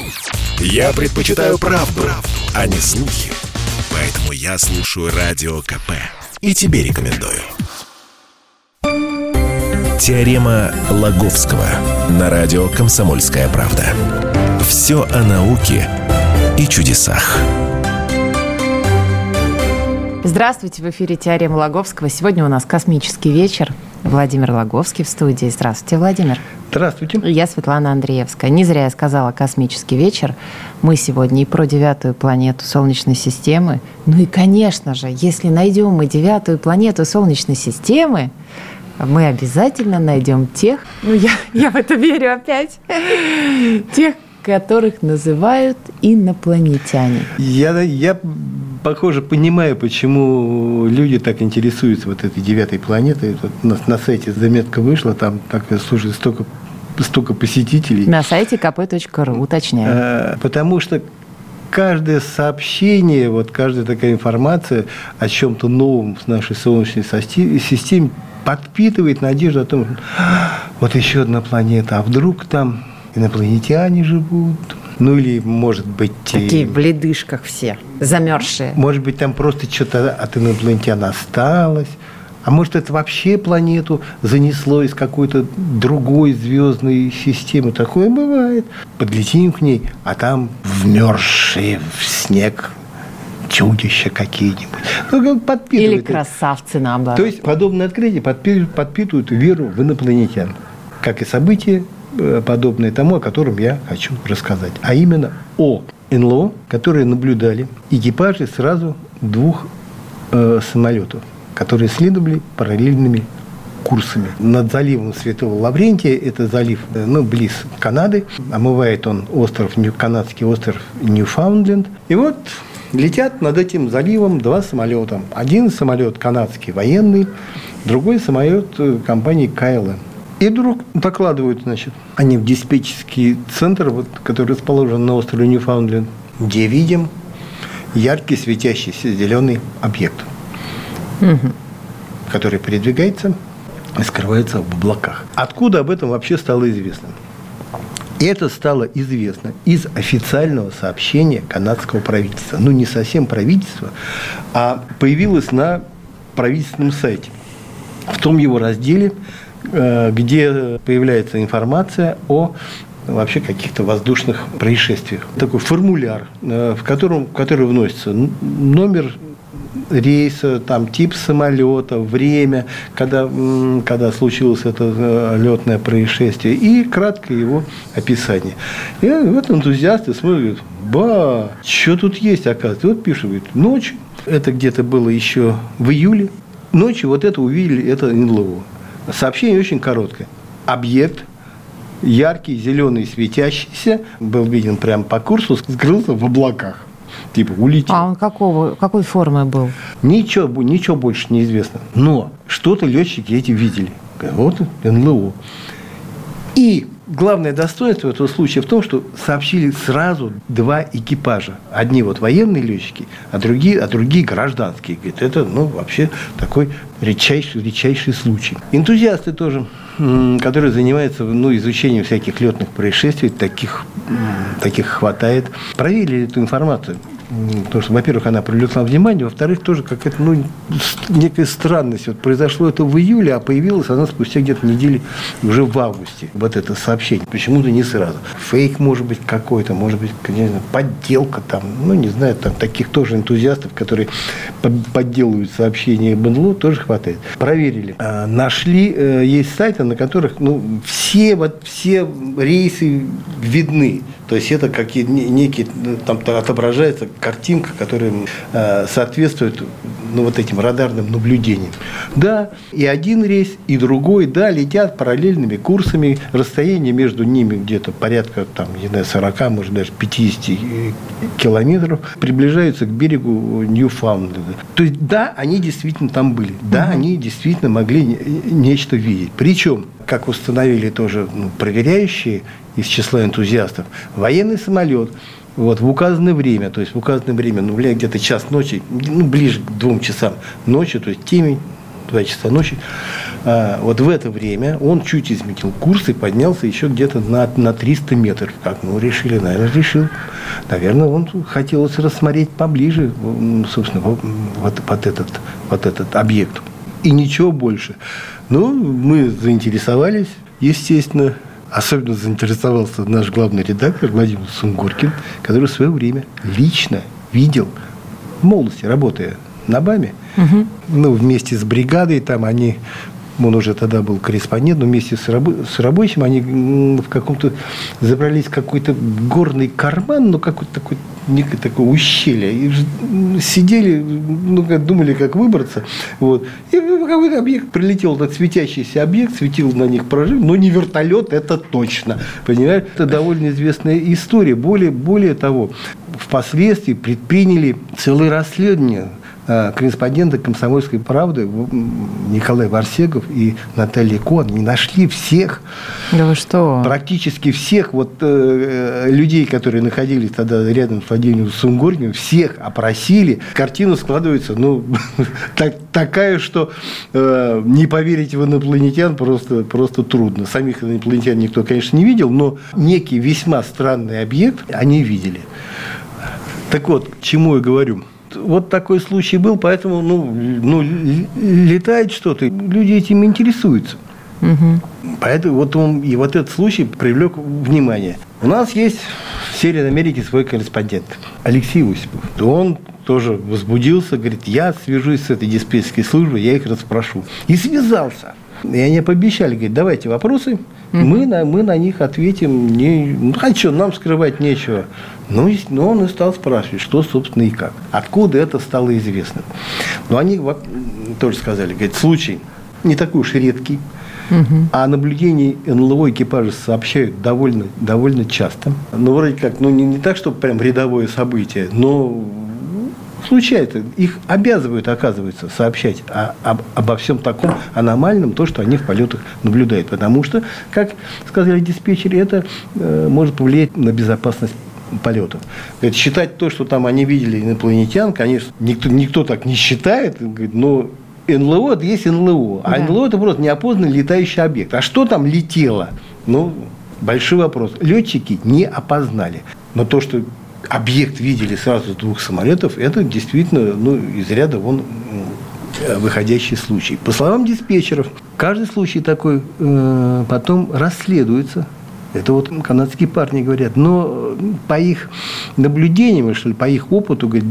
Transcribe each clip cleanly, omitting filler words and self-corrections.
Я предпочитаю правду, а не слухи. Поэтому я слушаю Радио КП. И тебе рекомендую. Теорема Лаговского на радио «Комсомольская правда». Все о науке и чудесах. Здравствуйте, в эфире «Теорема Лаговского». Сегодня у нас космический вечер. Владимир Лаговский в студии. Здравствуйте, Владимир. Здравствуйте. Я Светлана Андреевская. Не зря я сказала «космический вечер». Мы сегодня и про 9-ю планету Солнечной системы. Ну и, конечно же, если найдем мы 9-ю планету Солнечной системы, мы обязательно найдем тех, я в это верю опять, тех, которых называют инопланетяне. Я похоже, понимаю, почему люди так интересуются вот этой 9-й планетой. Вот на сайте заметка вышла, там так, слушай, столько посетителей. На сайте kp.ru, уточняю. Потому что каждое сообщение, вот каждая такая информация о чем-то новом в нашей Солнечной системе подпитывает надежду о том, что вот еще одна планета, а вдруг там инопланетяне живут. Ну, или, может быть... Такие в ледышках все, замерзшие. Может быть, там просто что-то от инопланетян осталось. А может, это вообще планету занесло из какой-то другой звездной системы. Такое бывает. Подлетим к ней, а там вмерзшие в снег чудища какие-нибудь. Ну, или красавцы, наоборот. То есть, подобные открытия подпитывают веру в инопланетян. Как и события, подобное тому, о котором я хочу рассказать. А именно о НЛО, которые наблюдали экипажи сразу 2 самолетов, которые следовали параллельными курсами. Над заливом Святого Лаврентия, это залив, близ Канады, омывает он канадский остров Ньюфаундленд. И вот летят над этим заливом 2 самолета. Один самолет канадский военный, другой самолет компании KLM. И вдруг докладывают, они в диспетчерский центр, который расположен на острове Ньюфаундленд, где видим яркий светящийся зеленый объект, который передвигается и скрывается в облаках. Откуда об этом вообще стало известно? Это стало известно из официального сообщения канадского правительства. Ну, не совсем правительства, а появилось на правительственном сайте. В том его разделе, где появляется информация о вообще каких-то воздушных происшествиях. Такой формуляр, в который вносится номер рейса, там, тип самолета, время, когда случилось это летное происшествие, и краткое его описание. И вот энтузиасты смотрят, что тут есть, оказывается. Вот пишут, говорит, ночью, это где-то было еще в июле, ночью вот это увидели, это НЛО. Сообщение очень короткое. Объект, яркий, зеленый, светящийся, был виден прямо по курсу, скрылся в облаках. Типа улетел. А он какой формы был? Ничего больше не известно. Но что-то летчики эти видели. Вот НЛО. И главное достоинство этого случая в том, что сообщили сразу 2 экипажа. Одни военные летчики, а другие гражданские. Говорит, это вообще такой редчайший случай. Энтузиасты тоже, которые занимаются изучением всяких летных происшествий, таких хватает, проверили эту информацию. Потому что, во-первых, она привлекла внимание, во-вторых, тоже какая-то некая странность. Вот произошло это в июле, а появилась она спустя где-то недели уже в августе. Вот это сообщение. Почему-то не сразу. Фейк, может быть, какой-то, может быть, не знаю, подделка там. Не знаю, там таких тоже энтузиастов, которые подделывают сообщения об НЛО, тоже хватает. Проверили. Нашли, есть сайты, на которых все рейсы видны. То есть это некие, там отображается картинка, которая соответствует этим радарным наблюдениям. Да, и один рейс, и другой, да, летят параллельными курсами, расстояние между ними где-то порядка 40, может даже 50 километров, приближаются к берегу Ньюфаундленда. То есть, да, они действительно там были, да, они действительно могли нечто видеть. Причем, как установили тоже проверяющие из числа энтузиастов, военный самолет в указанное время, то есть в указанное время, где-то час ночи, ближе к 2 часам ночи, то есть темень, 2 часа ночи, вот в это время он чуть изменил курс и поднялся еще где-то на 300 метров. Как, решили, наверное, решил. Наверное, он хотел рассмотреть поближе, собственно, вот этот объект. И ничего больше. Ну, мы заинтересовались, естественно. Особенно заинтересовался наш главный редактор Владимир Сунгоркин, который в свое время лично видел, в молодости, работая на БАМе, вместе с бригадой, он уже тогда был корреспондент, но вместе с рабочим они в каком-то забрались в какой-то горный карман, какой-то такой, некое такое ущелье. И сидели, думали, как выбраться. Вот. И какой-то объект прилетел, этот светящийся объект, светил на них прожив, но не вертолет, это точно. Понимаешь? Это довольно известная история. Более того, впоследствии предприняли целое расследование корреспонденты «Комсомольской правды» Николай Варсегов и Наталья Кон не нашли всех, да вы что? Практически всех людей, которые находились тогда рядом с Владимиром Сунгоркиным, всех опросили. Картина складывается такая, что не поверить в инопланетян просто трудно. Самих инопланетян никто, конечно, не видел, но некий весьма странный объект они видели. Так вот, к чему я говорю? Вот такой случай был, поэтому летает что-то, люди этим интересуются. Поэтому вот этот случай привлек внимание. У нас есть в Северной Америке свой корреспондент Алексей Осипов. Он тоже возбудился, говорит, я свяжусь с этой диспетчерской службой, я их расспрошу. И связался. И они пообещали, говорит, давайте вопросы, мы на них ответим. Нам скрывать нечего. Но он и стал спрашивать, что, собственно, и как. Откуда это стало известно. Но они тоже сказали, говорит, случай не такой уж редкий, а наблюдений НЛО экипажа сообщают довольно часто. Вроде как, не так, чтобы прям рядовое событие, но случается. Их обязывают, оказывается, сообщать обо всем таком аномальном, то, что они в полетах наблюдают. Потому что, как сказали диспетчеры, это может повлиять на безопасность полетов. Считать то, что там они видели инопланетян, конечно, никто так не считает, но НЛО – это есть НЛО. А НЛО – это просто неопознанный летающий объект. А что там летело? Большой вопрос. Летчики не опознали. Но то, что объект видели сразу с двух самолетов, это действительно из ряда вон выходящий случай. По словам диспетчеров, каждый случай такой потом расследуется. Это канадские парни говорят. Но по их наблюдениям, по их опыту, говорят,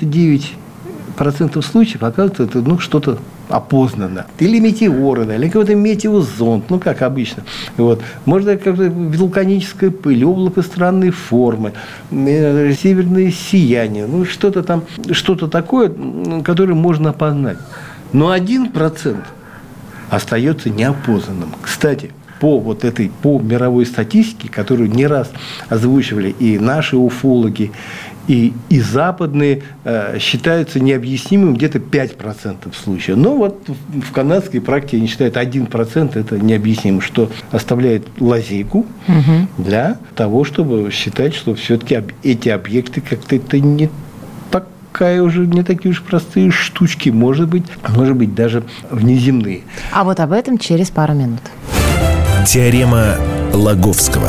99% случаев, оказывается, это что-то опознано. Или метеоры, или какой-то метеозонд, как обычно. Может, какая-то вулканическая пыль, облако странной формы, северное сияние, что-то такое, которое можно опознать. Но 1% остается неопознанным. Кстати, по мировой статистике, которую не раз озвучивали и наши уфологи, и западные, считаются необъяснимым где-то 5% случаев. Но в канадской практике они считают 1% это необъяснимо, что оставляет лазейку для того, чтобы считать, что все-таки эти объекты как-то это не такие уж простые штучки, может быть даже внеземные. А об этом через пару минут. Теорема Лаговского.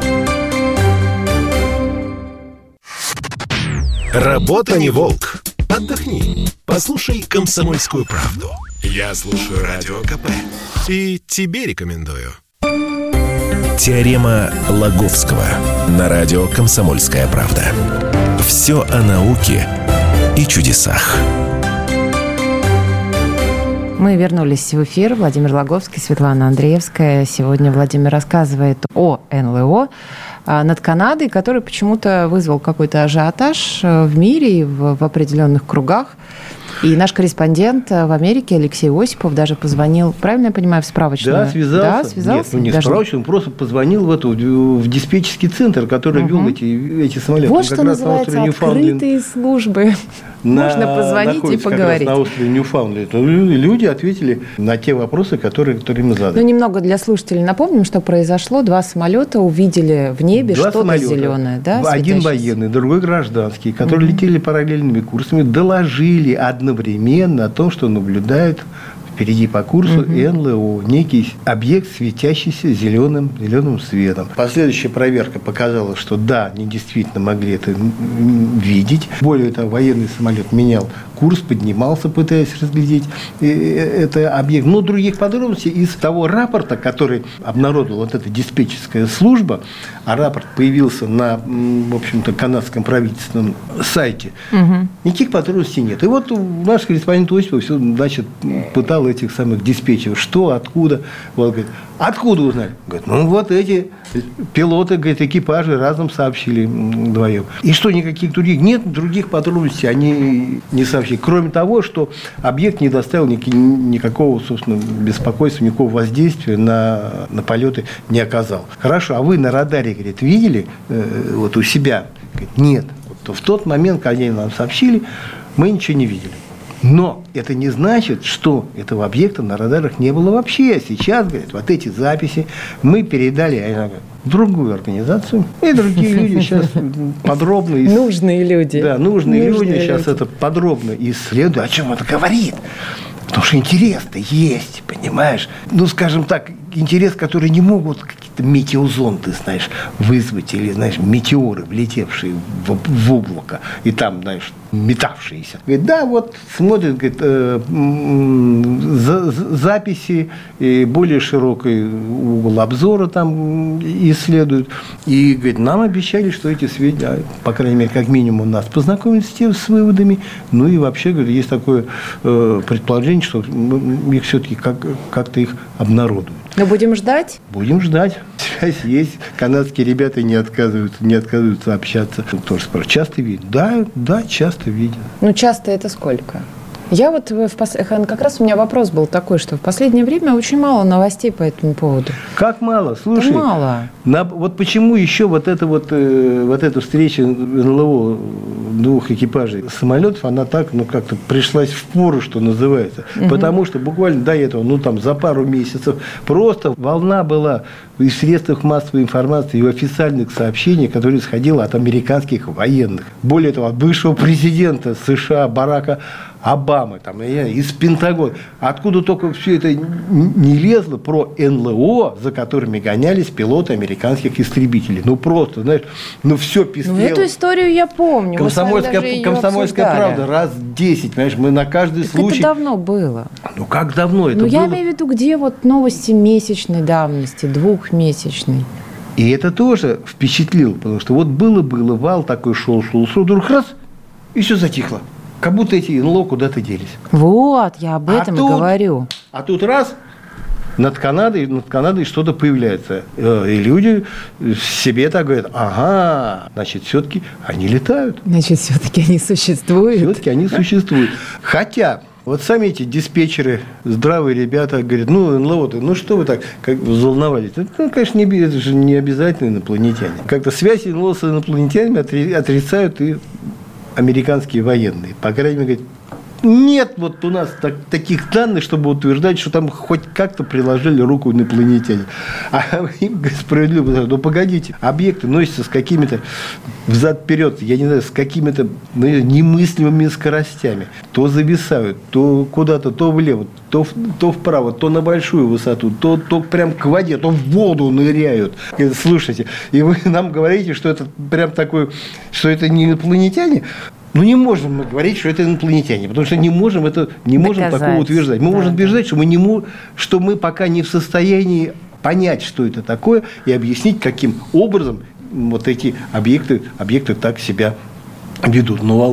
Работа не волк. Отдохни. Послушай «Комсомольскую правду». Я слушаю Радио КП. И тебе рекомендую. Теорема Лаговского. На радио «Комсомольская правда». Все о науке и чудесах. Мы вернулись в эфир. Владимир Лаговский, Светлана Андреевская. Сегодня Владимир рассказывает о НЛО над Канадой, который почему-то вызвал какой-то ажиотаж в мире и в определенных кругах. И наш корреспондент в Америке Алексей Осипов даже позвонил, правильно я понимаю, в справочную? Да, связался. Нет, не в справочную, он просто позвонил в диспетчерский центр, который вел эти самолеты. Вот что называется открытые службы. Можно позвонить и поговорить. На острове Ньюфаундленд. Люди ответили на те вопросы, которые мы задали. Немного для слушателей напомним, что произошло. 2 самолета увидели в небе что-то зеленое. Да, один военный, другой гражданский, которые летели параллельными курсами, доложили одновременно о том, что наблюдают в впереди по курсу НЛО, некий объект, светящийся зеленым светом. Последующая проверка показала, что да, они действительно могли это видеть. Более того, военный самолет менял курс, поднимался, пытаясь разглядеть это объект. Но других подробностей из того рапорта, который обнародовала вот эта диспетчерская служба, а рапорт появился на, в общем-то, канадском правительственном сайте, никаких подробностей нет. И вот наш корреспондент Осипов все, значит, пытал этих самых диспетчеров. Что, откуда? Вот, говорит, откуда узнали? Говорит, ну вот эти пилоты, говорит, экипажи разом сообщили вдвоем. И что, никаких других? Нет других подробностей они не сообщили. Кроме того, что объект не доставил никакого, собственно, беспокойства, никакого воздействия на полеты не оказал. Хорошо, а вы на радаре, говорит, видели вот у себя? Говорит, нет. Вот в тот момент, когда они нам сообщили, мы ничего не видели. Но это не значит, что этого объекта на радарах не было вообще. Сейчас, говорят, вот эти записи мы передали в другую организацию. И другие люди сейчас подробно... Нужные люди. Да, нужные люди сейчас это подробно исследуют. О чем это говорит? Потому что интерес-то есть, понимаешь? Ну, скажем так, интерес, который не могут какие-то метеозонды, знаешь, вызвать, или, знаешь, метеоры, влетевшие в облако, и там, знаешь, метавшиеся. Говорит, да, вот смотрят, говорит, записи, более широкий угол обзора там исследуют. И, говорит, нам обещали, что эти сведения, по крайней мере, как минимум, нас познакомят с выводами. Ну и вообще, говорит, есть такое предположение, что их все-таки как-то их обнародуют. Но будем ждать? Будем ждать. Связь есть. Канадские ребята не отказываются общаться. Тоже спрашивают, часто видят? Да, часто видят. Ну, часто это сколько? Я вот как раз у меня вопрос был такой, что в последнее время очень мало новостей по этому поводу. Как мало? Слушай, мало. Вот почему еще вот эта встреча НЛО двух экипажей самолетов, она так, как-то пришлась в пору, что называется. Потому что буквально до этого, за пару месяцев просто волна была и в средствах массовой информации, и в официальных сообщениях, которые исходило от американских военных. Более того, от бывшего президента США Барака Обамы, из Пентагона. Откуда только все это не лезло про НЛО, за которыми гонялись пилоты американских истребителей. Просто, знаешь, все пестрело. Эту историю я помню. Комсомольская правда раз 10, понимаешь, мы на каждый случай... Это давно было. Как давно это было? Я имею в виду, где вот новости месячной давности, двухмесячной. И это тоже впечатлило, потому что вот было, вал такой шел, вдруг раз, и все затихло. Как будто эти НЛО куда-то делись. Вот, я об этом и говорю. А тут раз, над Канадой что-то появляется. И люди себе так говорят, значит, все-таки они летают. Значит, все-таки они существуют. Хотя, вот сами эти диспетчеры, здравые ребята, говорят, НЛО, что вы так взволновались? Конечно, это же не обязательно инопланетяне. Как-то связь НЛО с инопланетянами отрицают и американские военные. По крайней мере, говорят, нет вот у нас таких данных, чтобы утверждать, что там хоть как-то приложили руку инопланетяне. А им справедливо говорят, погодите, объекты носятся с какими-то взад-вперед, я не знаю, с какими-то немыслимыми скоростями. То зависают, то куда-то, то влево, то вправо, то на большую высоту, то прям к воде, то в воду ныряют. Слушайте, и вы нам говорите, что это прям такое, что это не инопланетяне? Не можем мы говорить, что это инопланетяне, потому что не можем такого утверждать. Мы можем утверждать, что мы пока не в состоянии понять, что это такое, и объяснить, каким образом вот эти объекты так себя ведут. Но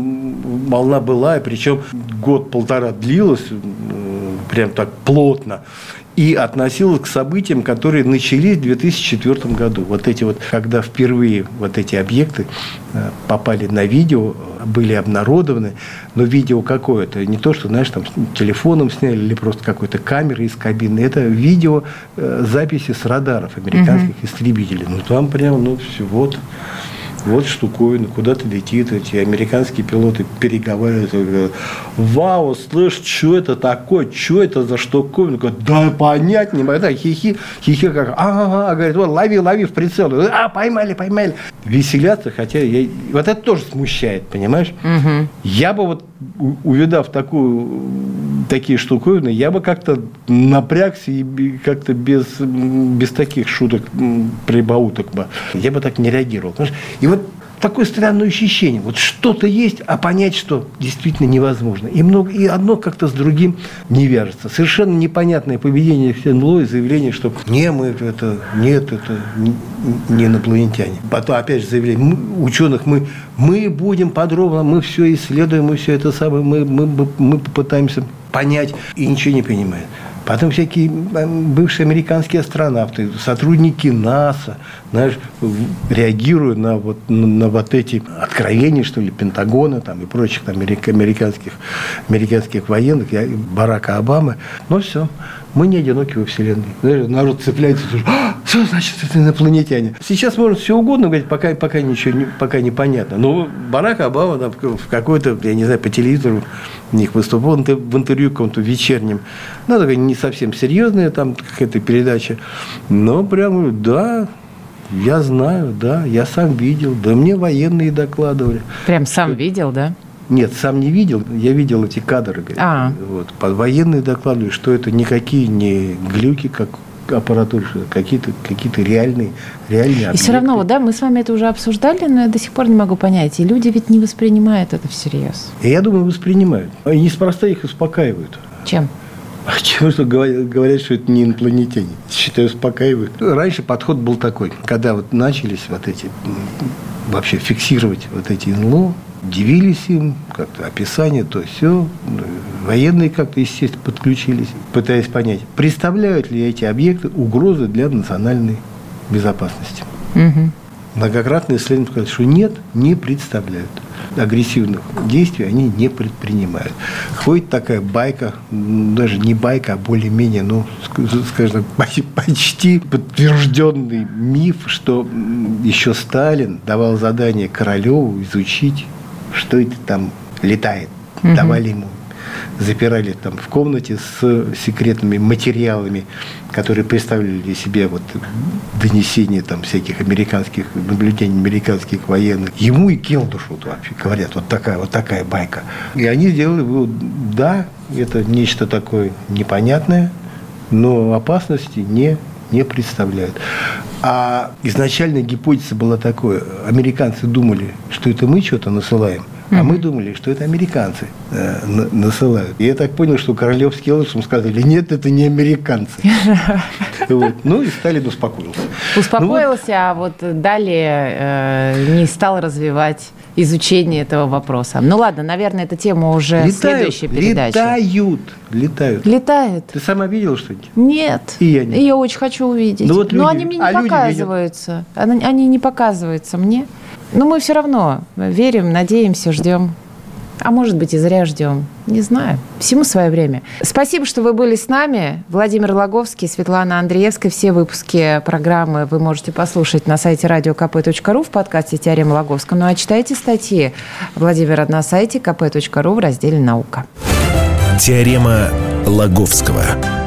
волна была, и причем год-полтора длилась, прям так плотно. И относилась к событиям, которые начались в 2004 году. Когда впервые эти объекты попали на видео, были обнародованы, но видео какое-то, не то, что, знаешь, там телефоном сняли или просто какой-то камерой из кабины, это видео записи с радаров американских истребителей. Там прям, все, вот штуковина, куда-то летит, эти американские пилоты переговаривают, говорят, вау, слышь, что это такое, что это за штуковина? Говорят, да понять не могу, хихи, как, говорит, лови в прицел, поймали. Веселятся, хотя это тоже смущает, понимаешь? Я бы увидав такую такие штуковины, я бы как-то напрягся и как-то без таких шуток, прибауток бы. Я бы так не реагировал. И вот такое странное ощущение. Вот что-то есть, а понять, что действительно невозможно. И одно как-то с другим не вяжется. Совершенно непонятное поведение НЛО и заявление, что не инопланетяне. Потом опять же заявление ученых, мы будем подробно, мы все исследуем, мы все это самое, мы попытаемся понять, и ничего не понимаем. Потом всякие бывшие американские астронавты, сотрудники НАСА, знаешь, реагируя на вот эти откровения, что ли, Пентагона там, и прочих там, американских военных, Барака Обамы. Но все, мы не одиноки во Вселенной. Знаешь, народ цепляется, что значит это инопланетяне? Сейчас можно все угодно говорить, пока не понятно. Но Барак Обама там, в какой-то, я не знаю, по телевизору у них выступал в интервью каком-то вечернем. Ну, такая не совсем серьезная там какая-то передача. Но прямо, да, я знаю, да, я сам видел. Да мне военные докладывали. Прям сам видел, да? Нет, сам не видел. Я видел эти кадры. Вот. Военные докладывали, что это никакие не глюки, как аппаратуры, какие-то реальные объекты. И все равно, да, мы с вами это уже обсуждали, но я до сих пор не могу понять. И люди ведь не воспринимают это всерьез. И я думаю, воспринимают. И неспроста их успокаивают. Чем? Чем, что говорят, что это не инопланетяне. Считаю, успокаивают. Раньше подход был такой, когда вот начались вот эти, вообще фиксировать вот эти НЛО, дивились им, как-то описание, то все. Военные как-то, естественно, подключились, пытаясь понять, представляют ли эти объекты угрозы для национальной безопасности. Угу. Многократные исследования показали, что нет, не представляют. Агрессивных действий они не предпринимают. Ходит такая байка, даже не байка, а более-менее, скажем, почти подтвержденный миф, что еще Сталин давал задание Королеву изучить, что это там летает. Угу. Давали ему, запирали там в комнате с секретными материалами, которые представляли себе вот донесения там всяких американских наблюдений американских военных. Ему и Келдышу вообще говорят, вот такая байка. И они сделали вывод, да, это нечто такое непонятное, но опасности не представляют. А изначальная гипотеза была такой: американцы думали, что это мы что-то насылаем, а мы думали, что это американцы насылают. И я так понял, что Королев с Келдышем сказали, нет, это не американцы. Ну и Сталин успокоился. Успокоился, а вот далее не стал развивать изучение этого вопроса. Ну ладно, наверное, эта тема уже следующей передачи. Летают. Ты сама видела что-нибудь? Нет. И я нет. И я очень хочу увидеть. Но они мне не показываются. Они не показываются мне. Но мы все равно верим, надеемся, ждем. А может быть, и зря ждем. Не знаю. Всему свое время. Спасибо, что вы были с нами. Владимир Логовский, Светлана Андреевская. Все выпуски программы вы можете послушать на сайте radiokp.ru в подкасте «Теорема Логовского». Ну а читайте статьи Владимира на сайте kp.ru в разделе «Наука». Теорема Логовского.